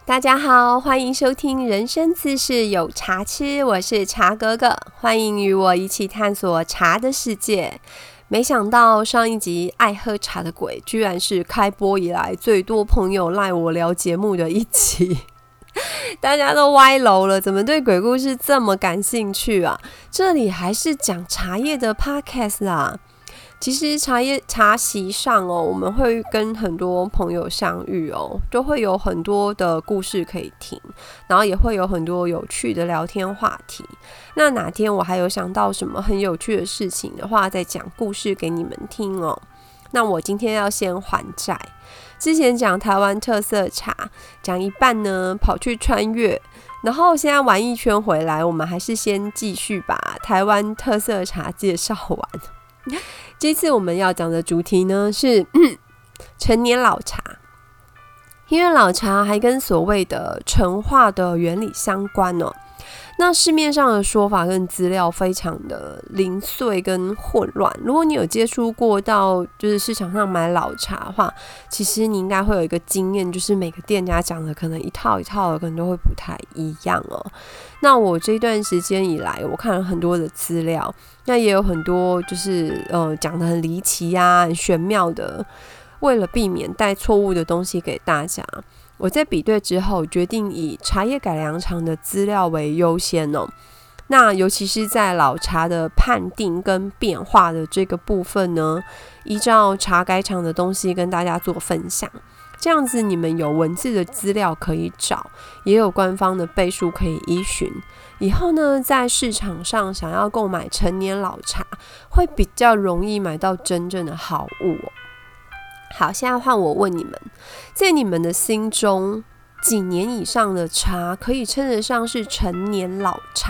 大家好，欢迎收听人生自是有茶吃，我是茶哥哥，欢迎与我一起探索茶的世界。没想到上一集爱喝茶的鬼，居然是开播以来最多朋友赖我聊节目的一集。大家都歪楼了，怎么对鬼故事这么感兴趣啊？这里还是讲茶叶的 podcast 啦。其实茶席上我们会跟很多朋友相遇都会有很多的故事可以听，然后也会有很多有趣的聊天话题。那哪天我还有想到什么很有趣的事情的话，再讲故事给你们听那我今天要先还债，之前讲台湾特色茶，讲一半呢跑去穿越，然后现在玩一圈回来，我们还是先继续把台湾特色茶介绍完。这次我们要讲的主题呢是陈年老茶，因为老茶还跟所谓的陈化的原理相关那市面上的说法跟资料非常的零碎跟混乱，如果你有接触过到就是市场上买老茶的话，其实你应该会有一个经验，就是每个店家讲的可能一套一套的可能都会不太一样那我这段时间以来，我看了很多的资料，那也有很多就是讲得很离奇啊、很玄妙的，为了避免带错误的东西给大家，我在比对之后决定以茶叶改良厂的资料为优先那尤其是在老茶的判定跟变化的这个部分呢，依照茶改厂的东西跟大家做分享，这样子你们有文字的资料可以找，也有官方的背书可以依循，以后呢在市场上想要购买陈年老茶会比较容易买到真正的好物好，现在换我问你们，在你们的心中，几年以上的茶可以称得上是陈年老茶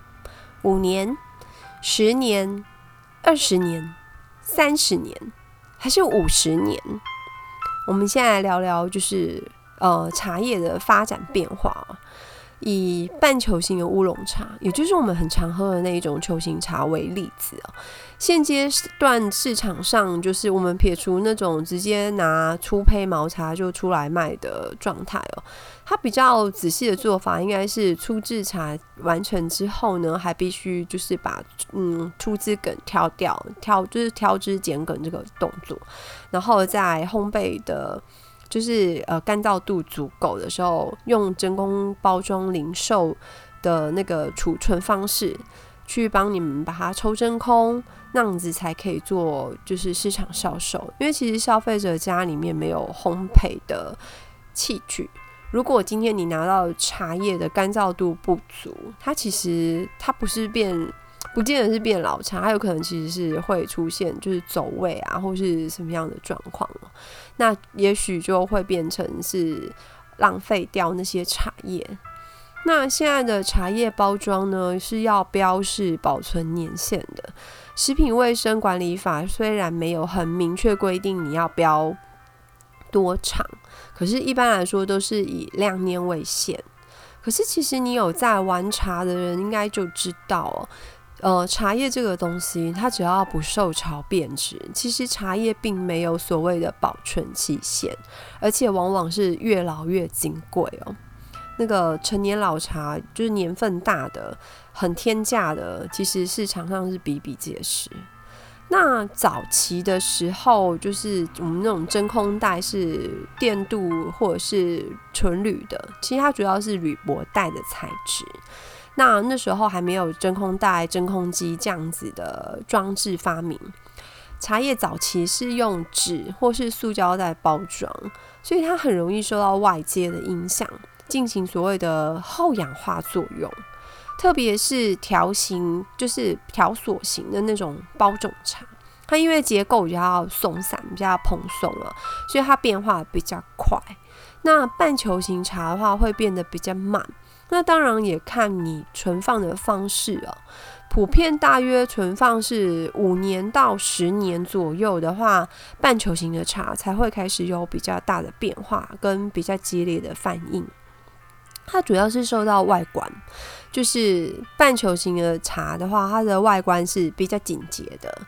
？5年、10年、20年、30年，还是50年？我们现在来聊聊，就是茶叶的发展变化以半球形的乌龙茶，也就是我们很常喝的那一种球形茶为例子现阶段市场上，就是我们撇除那种直接拿粗胚毛茶就出来卖的状态它比较仔细的做法应该是初制茶完成之后呢，还必须就是把出汁梗挑掉，就是挑枝拣梗这个动作，然后在烘焙的就是干燥度足够的时候，用真空包装零售的那个储存方式去帮你们把它抽真空，那样子才可以做就是市场销售。因为其实消费者家里面没有烘焙的器具，如果今天你拿到茶叶的干燥度不足，它其实它不见得是变老茶，它有可能其实是会出现就是走味啊，或是什么样的状况那也许就会变成是浪费掉那些茶叶。那现在的茶叶包装呢，是要标示保存年限的。食品卫生管理法虽然没有很明确规定你要标多长，可是一般来说都是以2年为限。可是其实你有在玩茶的人应该就知道茶叶这个东西，它只要不受潮变质，其实茶叶并没有所谓的保存期限，而且往往是越老越金贵那个陈年老茶就是年份大的、很天价的，其实市场上是比比皆是。那早期的时候，就是我们那种真空袋是电镀或者是纯铝的，其实它主要是铝箔袋的材质。那时候还没有真空袋、真空机这样子的装置发明，茶叶早期是用纸或是塑胶袋包装，所以它很容易受到外界的影响，进行所谓的后氧化作用。特别是条形，就是条索型的那种包种茶，它因为结构比较松散、比较蓬松所以它变化比较快。那半球形茶的话，会变得比较慢。那当然也看你存放的方式普遍大约存放是5年到10年左右的话，半球形的茶才会开始有比较大的变化跟比较激烈的反应。它主要是受到外观，就是半球形的茶的话，它的外观是比较紧结的。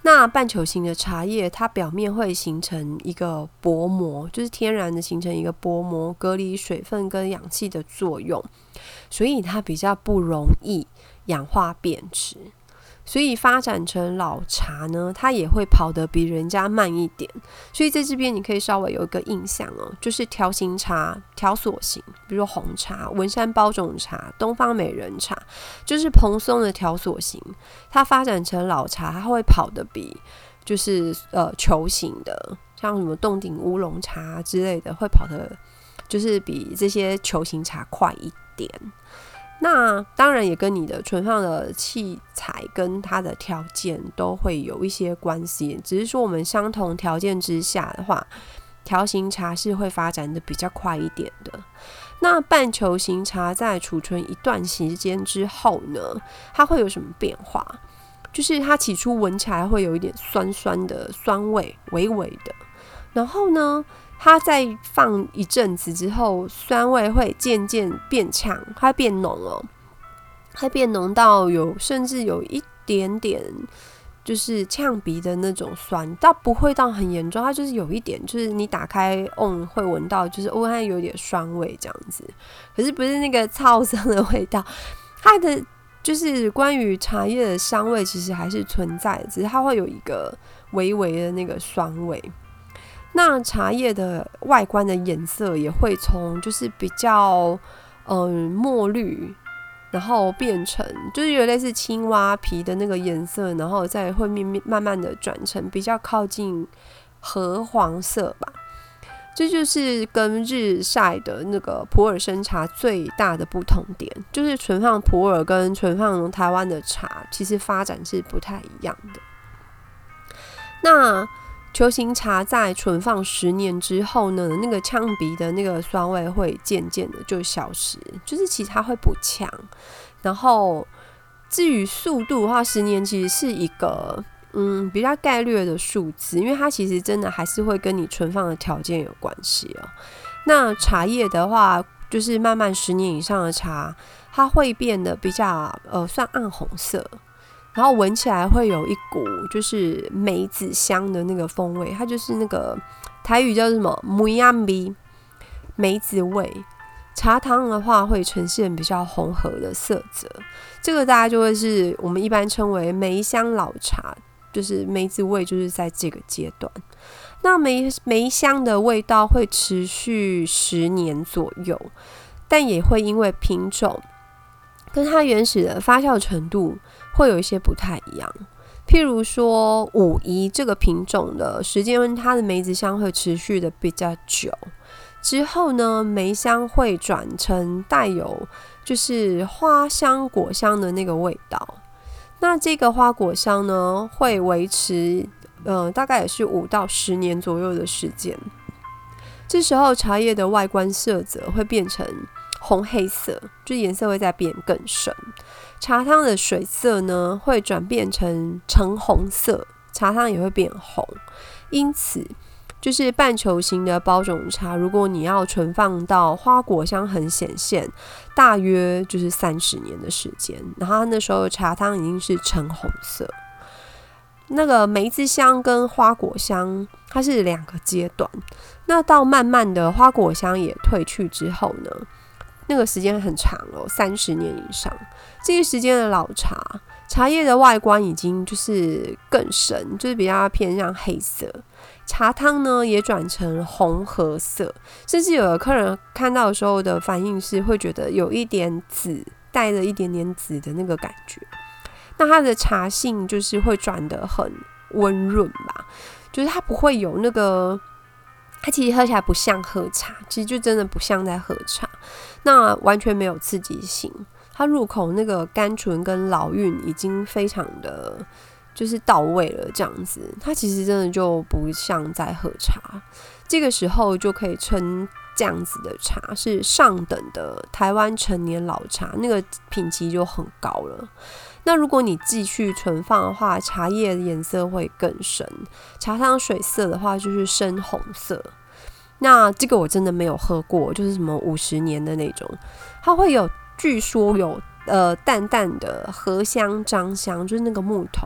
那半球形的茶叶，它表面会形成一个薄膜，就是天然的形成一个薄膜，隔离水分跟氧气的作用，所以它比较不容易氧化变质。所以发展成老茶呢，它也会跑得比人家慢一点。所以在这边你可以稍微有一个印象就是条形茶、条索型，比如说红茶、文山包种茶、东方美人茶，就是蓬松的条索型。它发展成老茶，它会跑得比就是球形的，像什么洞顶乌龙茶之类的，会跑得就是比这些球形茶快一点。那当然也跟你的存放的器材跟它的条件都会有一些关系，只是说我们相同条件之下的话，条形茶是会发展的比较快一点的。那半球形茶在储存一段时间之后呢，它会有什么变化？就是它起初闻起来会有一点酸酸的酸味，微微的，然后呢它在放一阵子之后，酸味会渐渐变强，它会变浓它变浓到甚至有一点点就是呛鼻的那种酸，倒不会到很严重，它就是有一点，就是你打开会闻到，就是它有点酸味这样子，可是不是那个草香的味道，它的就是关于茶叶的香味其实还是存在的，只是它会有一个微微的那个酸味。那茶叶的外观的颜色也会从就是比较墨绿，然后变成就是有类似青蛙皮的那个颜色，然后再会慢慢的转成比较靠近褐黄色吧。这就是跟日晒的那个普洱生茶最大的不同点，就是存放普洱跟存放台湾的茶其实发展是不太一样的。那球形茶在存放10年之后呢，那个呛鼻的那个酸味会渐渐的就消失，就是其实它会不呛。然后至于速度的话，10年其实是一个比较概略的数字，因为它其实真的还是会跟你存放的条件有关系那茶叶的话，就是慢慢10年以上的茶，它会变得比较算暗红色。然后闻起来会有一股就是梅子香的那个风味，它就是那个台语叫什么梅仔味，梅子味。茶汤的话会呈现比较红褐的色泽，这个大概就会是我们一般称为梅香老茶，就是梅子味就是在这个阶段。那梅香的味道会持续10年左右，但也会因为品种跟它原始的发酵程度会有一些不太一样。譬如说武夷这个品种的时间，它的梅子香会持续的比较久，之后呢梅香会转成带有就是花香果香的那个味道。那这个花果香呢会维持大概也是5到10年左右的时间。这时候茶叶的外观色泽会变成红黑色，就颜色会再变更深。茶汤的水色呢会转变成橙红色，茶汤也会变红。因此就是半球形的包种茶，如果你要存放到花果香很显现，大约就是30年的时间，然后那时候茶汤已经是橙红色。那个梅子香跟花果香它是2个阶段，那到慢慢的花果香也退去之后呢，那个时间很长30年以上。这个时间的老茶，茶叶的外观已经就是更深，就是比较偏向黑色。茶汤呢也转成红褐色，甚至有的客人看到的时候的反应是会觉得有一点紫，带了一点点紫的那个感觉。那它的茶性就是会转得很温润吧，就是它不会有那个，它其实喝起来不像喝茶，其实就真的不像在喝茶，那完全没有刺激性。它入口那个甘醇跟老韵已经非常的就是到位了，这样子，它其实真的就不像在喝茶。这个时候就可以称这样子的茶是上等的台湾陈年老茶，那个品级就很高了。那如果你继续存放的话，茶叶的颜色会更深，茶汤水色的话就是深红色。那这个我真的没有喝过，就是什么50年的那种，它会有据说有淡淡的荷香、樟香，就是那个木头，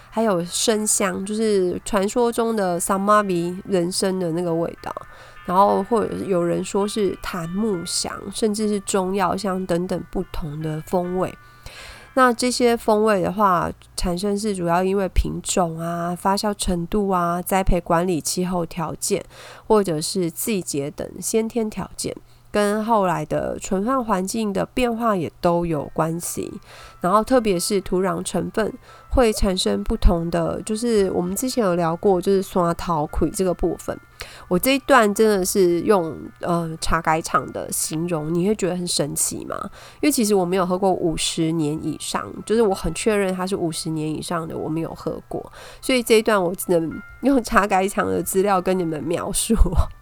还有生香，就是传说中的萨玛比人参的那个味道。然后或者有人说是檀木香，甚至是中药香等等不同的风味。那这些风味的话，产生是主要因为品种啊、发酵程度啊、栽培管理、气候条件，或者是季节等先天条件，跟后来的存放环境的变化也都有关系。然后特别是土壤成分会产生不同的，就是我们之前有聊过，就是酸桃葵这个部分。我这一段真的是用茶改厂的形容，你会觉得很神奇吗？因为其实我没有喝过50年以上，就是我很确认它是50年以上的，我没有喝过，所以这一段我只能用茶改厂的资料跟你们描述。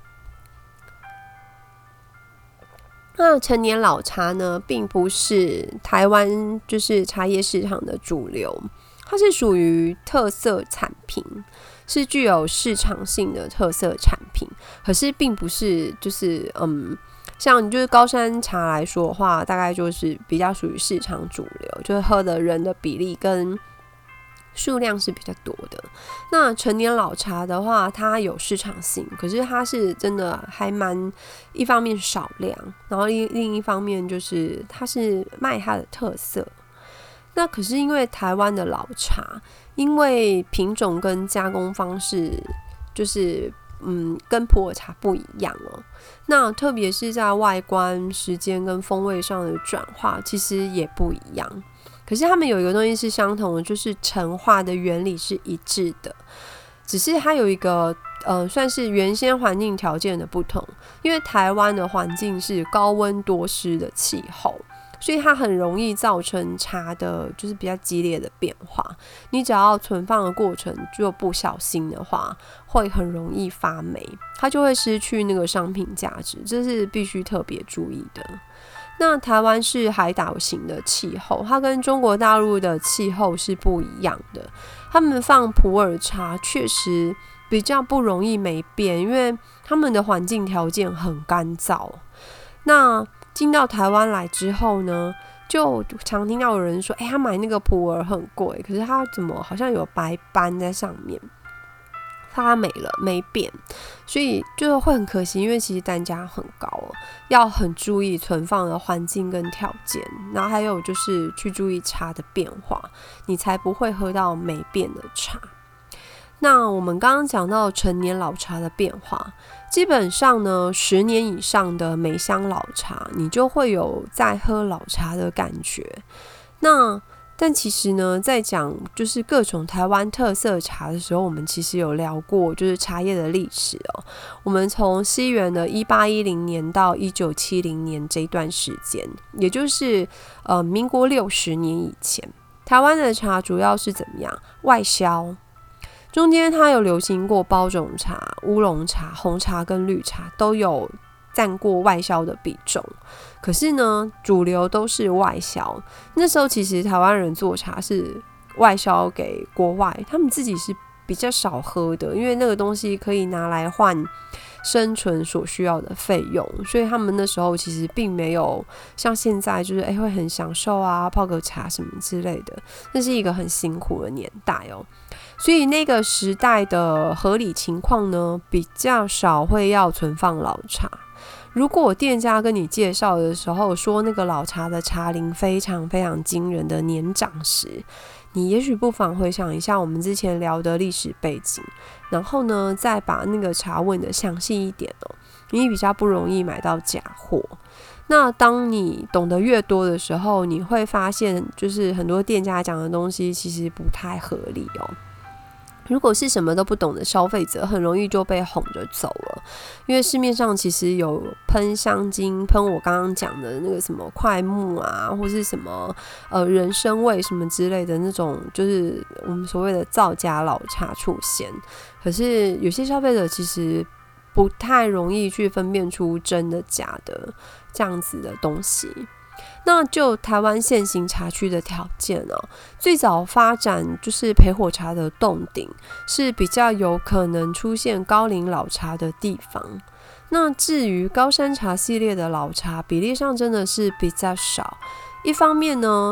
那陈年老茶呢，并不是台湾就是茶叶市场的主流，它是属于特色产品，是具有市场性的特色产品。可是并不是就是像就是高山茶来说的话，大概就是比较属于市场主流，就是喝的人的比例跟数量是比较多的。那陈年老茶的话，它有市场性，可是它是真的还蛮一方面少量，然后另一方面就是它是卖它的特色。那可是因为台湾的老茶，因为品种跟加工方式就是跟普洱茶不一样哦。那特别是在外观、时间跟风味上的转化，其实也不一样。可是他们有一个东西是相同的，就是陈化的原理是一致的，只是它有一个算是原先环境条件的不同。因为台湾的环境是高温多湿的气候，所以它很容易造成茶的就是比较激烈的变化。你只要存放的过程就不小心的话，会很容易发霉，它就会失去那个商品价值，这是必须特别注意的。那台湾是海岛型的气候，它跟中国大陆的气候是不一样的。他们放普洱茶确实比较不容易霉变，因为他们的环境条件很干燥。那进到台湾来之后呢，就常听到有人说，他买那个普洱很贵，可是它怎么好像有白斑在上面，发霉了没变，所以就会很可惜，因为其实单价很高要很注意存放的环境跟条件，然后还有就是去注意茶的变化，你才不会喝到没变的茶。那我们刚刚讲到陈年老茶的变化，基本上呢10年以上的梅香老茶，你就会有在喝老茶的感觉。但其实呢，在讲就是各种台湾特色茶的时候，我们其实有聊过就是茶叶的历史我们从西元的1810年到1970年这一段时间，也就是民国60年以前，台湾的茶主要是怎么样外销。中间它有流行过包种茶、乌龙茶、红茶跟绿茶都有占过外销的比重，可是呢主流都是外销。那时候其实台湾人做茶是外销给国外，他们自己是比较少喝的，因为那个东西可以拿来换生存所需要的费用，所以他们那时候其实并没有像现在就是会很享受啊，泡个茶什么之类的，那是一个很辛苦的年代所以那个时代的合理情况呢，比较少会要存放老茶。如果店家跟你介绍的时候说那个老茶的茶龄非常非常惊人的年长时，你也许不妨回想一下我们之前聊的历史背景，然后呢再把那个茶问得详细一点你比较不容易买到假货。那当你懂得越多的时候，你会发现就是很多店家讲的东西其实不太合理如果是什么都不懂的消费者，很容易就被哄着走了。因为市面上其实有喷香精、喷我刚刚讲的那个什么快木啊，或是什么人参味什么之类的那种，就是我们所谓的造假老茶出现。可是有些消费者其实不太容易去分辨出真的假的这样子的东西。那就台湾现行茶区的条件最早发展就是焙火茶的冻顶，是比较有可能出现高龄老茶的地方。那至于高山茶系列的老茶，比例上真的是比较少。一方面呢，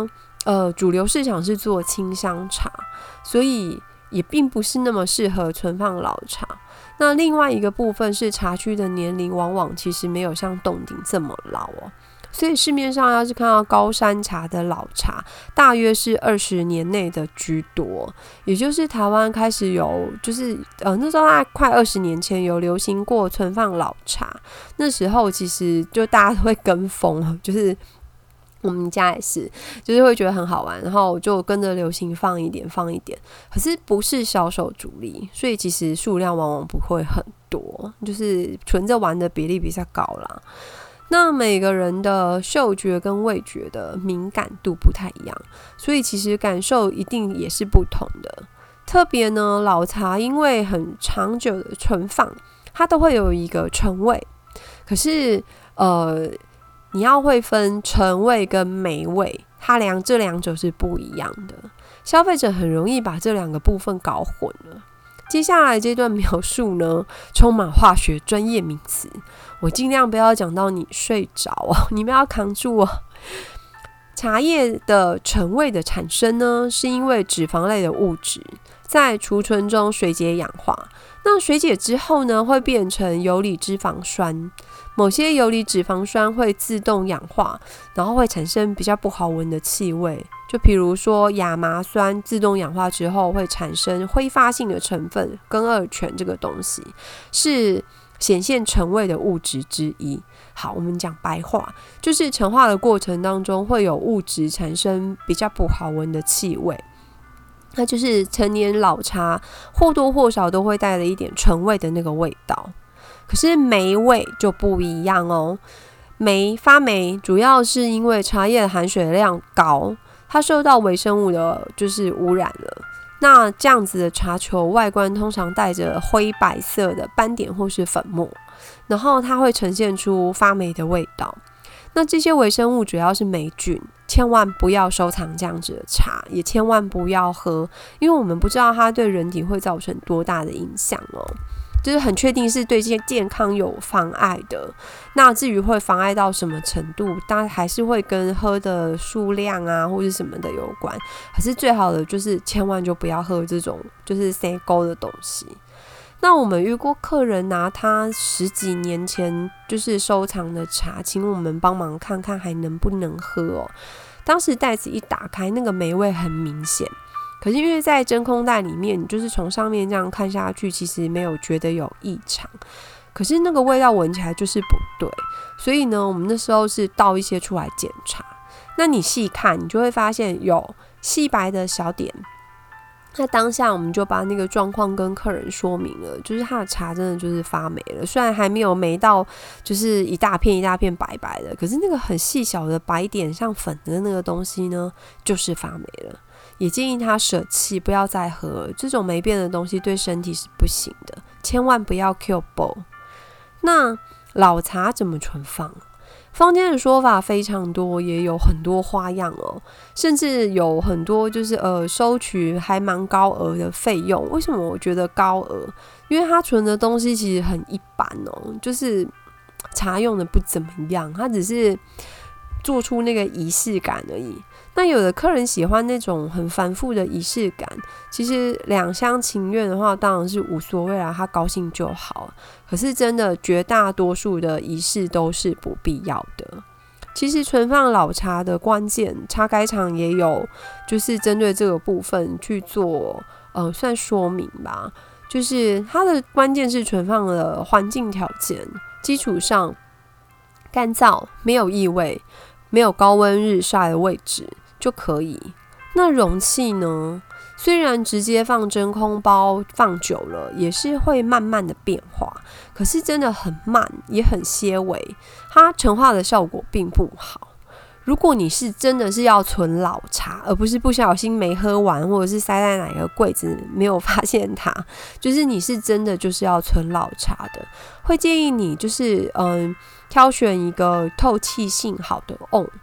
主流市场是做清香茶，所以也并不是那么适合存放老茶。那另外一个部分是茶区的年龄往往其实没有像洞顶这么老哦，所以市面上要是看到高山茶的老茶，大约是20年内的居多，也就是台湾开始有，就是那时候大概快20年前有流行过存放老茶，那时候其实就大家都会跟风，就是我们家也是，就是会觉得很好玩，然后就跟着流行放一点，可是不是销售主力，所以其实数量往往不会很多，就是纯着玩的比例比较高啦。那每个人的嗅觉跟味觉的敏感度不太一样，所以其实感受一定也是不同的。特别呢，老茶因为很长久的存放，它都会有一个陈味，可是你要会分陈味跟霉味，这两者是不一样的。消费者很容易把这两个部分搞混了。接下来这段描述呢，充满化学专业名词，我尽量不要讲到你睡着哦，你们要扛住哦。茶叶的陈味的产生呢，是因为脂肪类的物质在储存中水解氧化，那水解之后呢，会变成游离脂肪酸。某些游离脂肪酸会自动氧化，然后会产生比较不好闻的气味，就比如说亚麻酸自动氧化之后会产生挥发性的成分根二醛，这个东西是显现陈味的物质之一。好，我们讲白话，就是陈化的过程当中会有物质产生比较不好闻的气味，那就是陈年老茶或多或少都会带了一点陈味的那个味道。可是霉味就不一样哦，发霉主要是因为茶叶的含水量高，它受到微生物的就是污染了。那这样子的茶球外观通常带着灰白色的斑点或是粉末，然后它会呈现出发霉的味道。那这些微生物主要是霉菌，千万不要收藏这样子的茶，也千万不要喝，因为我们不知道它对人体会造成多大的影响哦。就是很确定是对健康有妨碍的，那至于会妨碍到什么程度，当然还是会跟喝的数量啊或者什么的有关。可是最好的就是千万就不要喝这种就是塞勾的东西。那我们遇过客人拿他10几年前就是收藏的茶，请我们帮忙看看还能不能喝哦。当时袋子一打开，那个霉味很明显。可是因为在真空袋里面，你就是从上面这样看下去，其实没有觉得有异常，可是那个味道闻起来就是不对，所以呢，我们那时候是倒一些出来检查。那你细看，你就会发现有细白的小点。那当下我们就把那个状况跟客人说明了，就是他的茶真的就是发霉了，虽然还没有霉到就是一大片一大片白白的，可是那个很细小的白点像粉的那个东西呢，就是发霉了。也建议他舍弃，不要再喝了，这种霉变的东西对身体是不行的，千万不要 Q 爆。那老茶怎么存放？坊间的说法非常多，也有很多花样哦，甚至有很多就是收取还蛮高额的费用。为什么我觉得高额？因为它存的东西其实很一般哦，就是茶用的不怎么样，它只是做出那个仪式感而已。那有的客人喜欢那种很繁复的仪式感，其实两厢情愿的话当然是无所谓啦，他高兴就好。可是真的绝大多数的仪式都是不必要的。其实存放老茶的关键，茶改厂也有就是针对这个部分去做算说明吧，就是它的关键是存放的环境条件基础上干燥，没有异味，没有高温日晒的位置就可以。那容器呢？虽然直接放真空包放久了也是会慢慢的变化，可是真的很慢，也很些微，它陈化的效果并不好。如果你是真的是要存老茶，而不是不小心没喝完，或者是塞在哪个柜子没有发现它，就是你是真的就是要存老茶的，会建议你就是挑选一个透气性好的瓮，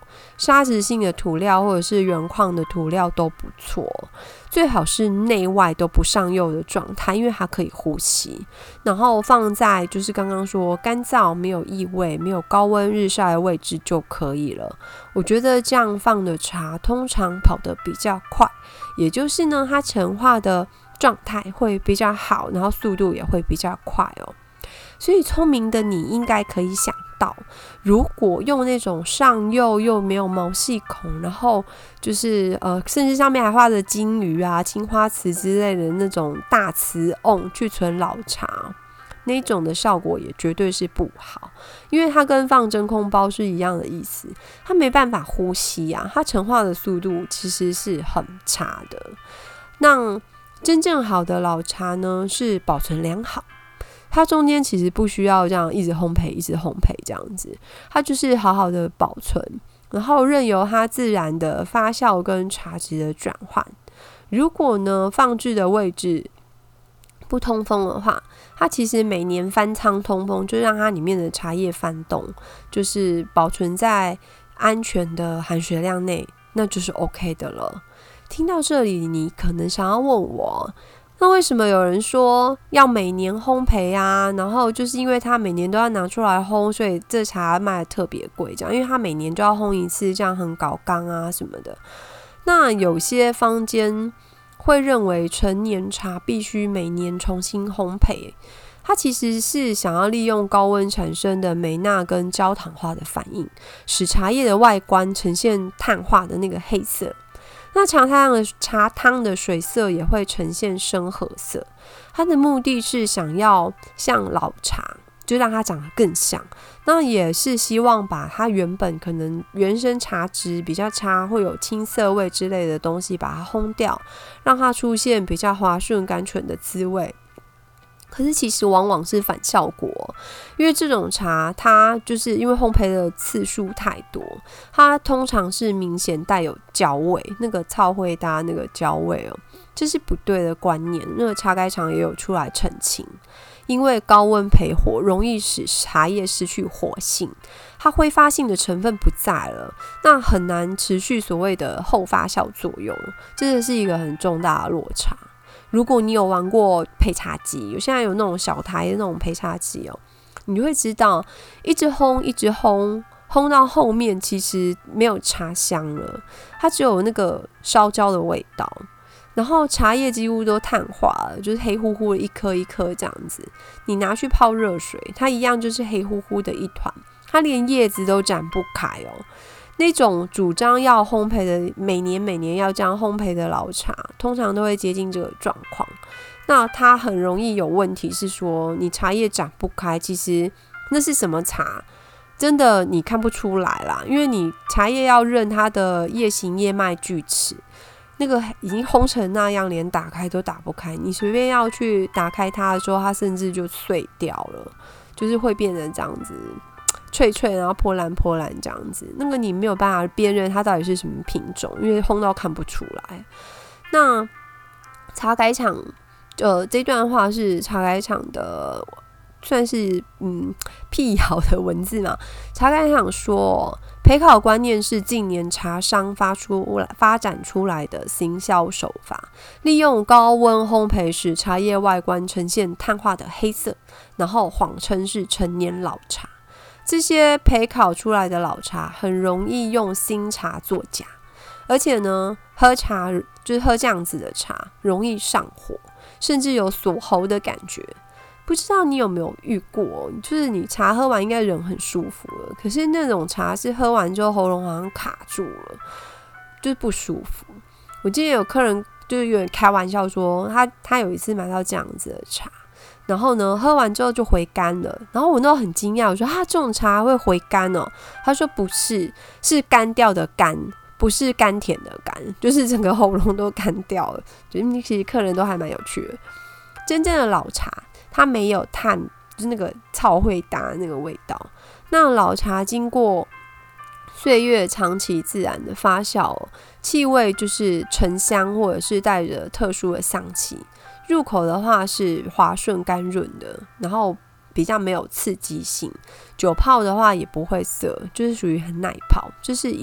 砂质性的涂料或者是原矿的涂料都不错，最好是内外都不上釉的状态，因为它可以呼吸。然后放在就是刚刚说干燥、没有异味、没有高温日晒的位置就可以了。我觉得这样放的茶通常跑得比较快，也就是呢，它陈化的状态会比较好，然后速度也会比较快哦。所以聪明的你应该可以想到，如果用那种上釉又没有毛细孔，然后就是甚至上面还画着金鱼啊、青花瓷之类的那种大瓷瓮去存老茶，那种的效果也绝对是不好，因为它跟放真空包是一样的意思，它没办法呼吸啊，它陈化的速度其实是很差的。那真正好的老茶呢，是保存良好。它中间其实不需要这样一直烘焙这样子，它就是好好的保存，然后任由它自然的发酵跟茶质的转换。如果呢放置的位置不通风的话，它其实每年翻仓通风，就让它里面的茶叶翻动，就是保存在安全的含水量内，那就是 OK 的了。听到这里，你可能想要问我，那为什么有人说要每年烘焙啊？然后就是因为它每年都要拿出来烘，所以这茶卖的特别贵，这样，因为它每年就要烘一次，这样很搞纲啊什么的。那有些坊间会认为陈年茶必须每年重新烘焙，它其实是想要利用高温产生的美钠跟焦糖化的反应，使茶叶的外观呈现碳化的那个黑色。那茶汤的水色也会呈现深褐色，它的目的是想要像老茶，就让它长得更像。那也是希望把它原本可能原生茶质比较差，会有青涩味之类的东西把它烘掉，让它出现比较滑顺甘醇的滋味。可是其实往往是反效果，因为这种茶它就是因为烘焙的次数太多，它通常是明显带有焦味，那个草灰搭那个焦味哦，这是不对的观念。那个茶改厂也有出来澄清，因为高温焙火容易使茶叶失去活性，它挥发性的成分不在了，那很难持续所谓的后发酵作用，这是一个很重大的落差。如果你有玩过焙茶机，现在有那种小台的那种焙茶机哦，你就会知道，一直烘到后面其实没有茶香了，它只有那个烧焦的味道，然后茶叶几乎都碳化了，就是黑乎乎的一颗一颗这样子。你拿去泡热水，它一样就是黑乎乎的一团，它连叶子都展不开哦。那种主张要烘焙的，每年要这样烘焙的老茶，通常都会接近这个状况。那它很容易有问题是说，你茶叶展不开，其实那是什么茶，真的你看不出来啦，因为你茶叶要认它的叶形叶脉锯齿，那个已经烘成那样，连打开都打不开。你随便要去打开它的时候，它甚至就碎掉了，就是会变成这样子。脆脆，然后波兰这样子，那个你没有办法辨认它到底是什么品种，因为烘到看不出来。那茶改厂，这段话是茶改厂的，算是辟谣的文字嘛。茶改厂说，焙烤观念是近年茶商发展出来的行销手法，利用高温烘焙使茶叶外观呈现碳化的黑色，然后谎称是陈年老茶。这些焙烤出来的老茶很容易用新茶作假，而且呢，喝茶就是喝这样子的茶容易上火，甚至有锁喉的感觉。不知道你有没有遇过，就是你茶喝完应该人很舒服了，可是那种茶是喝完之后喉咙好像卡住了，就是不舒服。我记得有客人就是有点开玩笑说，他有一次买到这样子的茶，然后呢，喝完之后就回甘了。然后我那时候很惊讶，我说：“这种茶会回甘哦？”他说：“不是，是干掉的干，不是甘甜的甘，就是整个喉咙都干掉了。”其实客人都还蛮有趣的。真正的老茶，它没有碳，就是那个草会搭那个味道。那老茶经过岁月长期自然的发酵，气味就是沉香或者是带着特殊的香气。入口的话是滑顺甘润的，然后比较没有刺激性。酒泡的话也不会涩，就是属于很奶泡，这是一个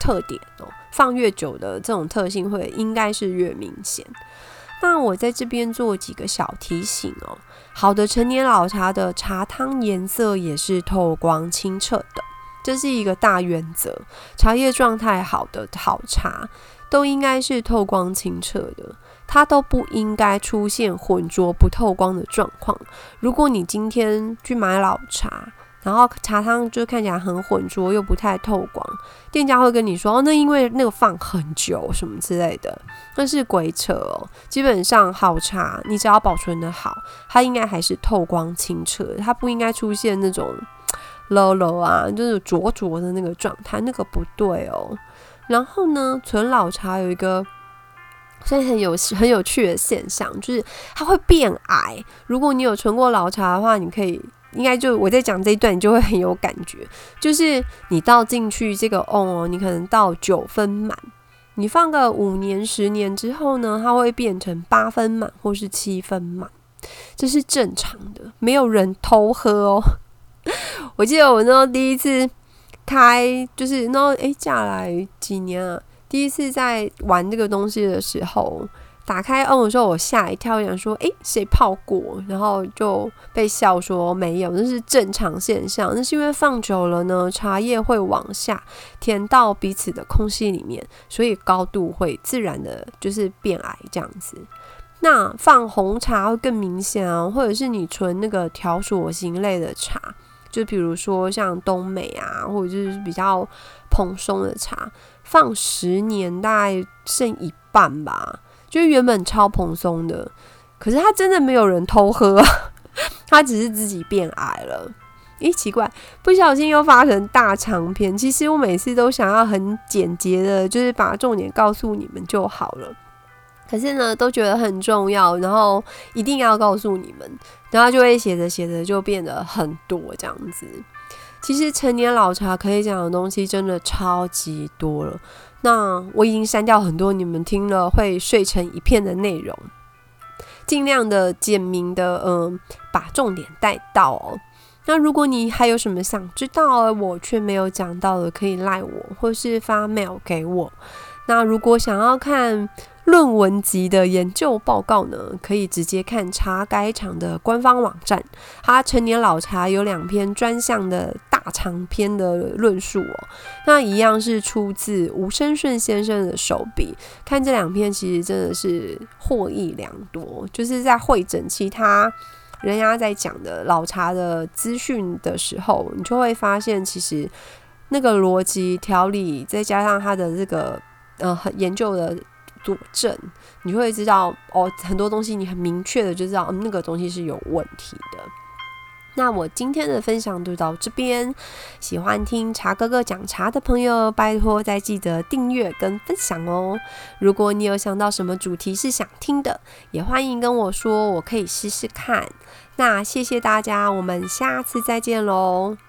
特点哦，放越久的这种特性应该是越明显。那我在这边做几个小提醒哦。好的陈年老茶的茶汤颜色也是透光清澈的，这是一个大原则。茶叶状态好的好茶都应该是透光清澈的，它都不应该出现浑浊不透光的状况。如果你今天去买老茶，然后茶汤就看起来很浑浊又不太透光，店家会跟你说，那因为那个放很久什么之类的，那是鬼扯哦。基本上好茶你只要保存得好，它应该还是透光清澈的，它不应该出现那种漏啊，就是浊浊的那个状态，那个不对哦。然后呢，存老茶有一个所以很有趣的现象，就是它会变矮。如果你有存过老茶的话，你可以应该就我在讲这一段，你就会很有感觉。就是你倒进去这个瓮哦，你可能倒9分满，你放个5年10年之后呢，它会变成8分满或是7分满，这是正常的，没有人偷喝哦。我记得我那时候第一次开，就是那时候嫁来几年啊，第一次在玩这个东西的时候，打开瓮的时候，我吓一跳，想说，谁泡过？然后就被笑说没有，那是正常现象。那是因为放久了呢，茶叶会往下填到彼此的空隙里面，所以高度会自然的就是变矮这样子。那放红茶会更明显啊，或者是你存那个条索型类的茶，就比如说像东美啊，或者就是比较蓬松的茶，放10年大概剩一半吧。就是原本超蓬松的，可是它真的没有人偷喝啊，它只是自己变矮了。奇怪，不小心又发成大长篇。其实我每次都想要很简洁的，就是把重点告诉你们就好了。可是呢，都觉得很重要，然后一定要告诉你们，然后就会写着写着就变得很多这样子。其实陈年老茶可以讲的东西真的超级多了。那我已经删掉很多你们听了会睡成一片的内容，尽量的简明的把重点带到哦。那如果你还有什么想知道我却没有讲到的，可以赖我或是发 mail 给我。那如果想要看论文级的研究报告呢，可以直接看茶改场的官方网站，它陈年老茶有2篇专项的大长篇的论述哦。那一样是出自吴生顺先生的手笔，看这2篇其实真的是获益良多，就是在汇整其他人家在讲的老茶的资讯的时候，你就会发现其实那个逻辑条理，再加上它的这个研究的佐证，你就会知道很多东西你很明确的就知道那个东西是有问题的。那我今天的分享就到这边，喜欢听茶哥哥讲茶的朋友，拜托再记得订阅跟分享哦。如果你有想到什么主题是想听的，也欢迎跟我说，我可以试试看。那谢谢大家，我们下次再见咯。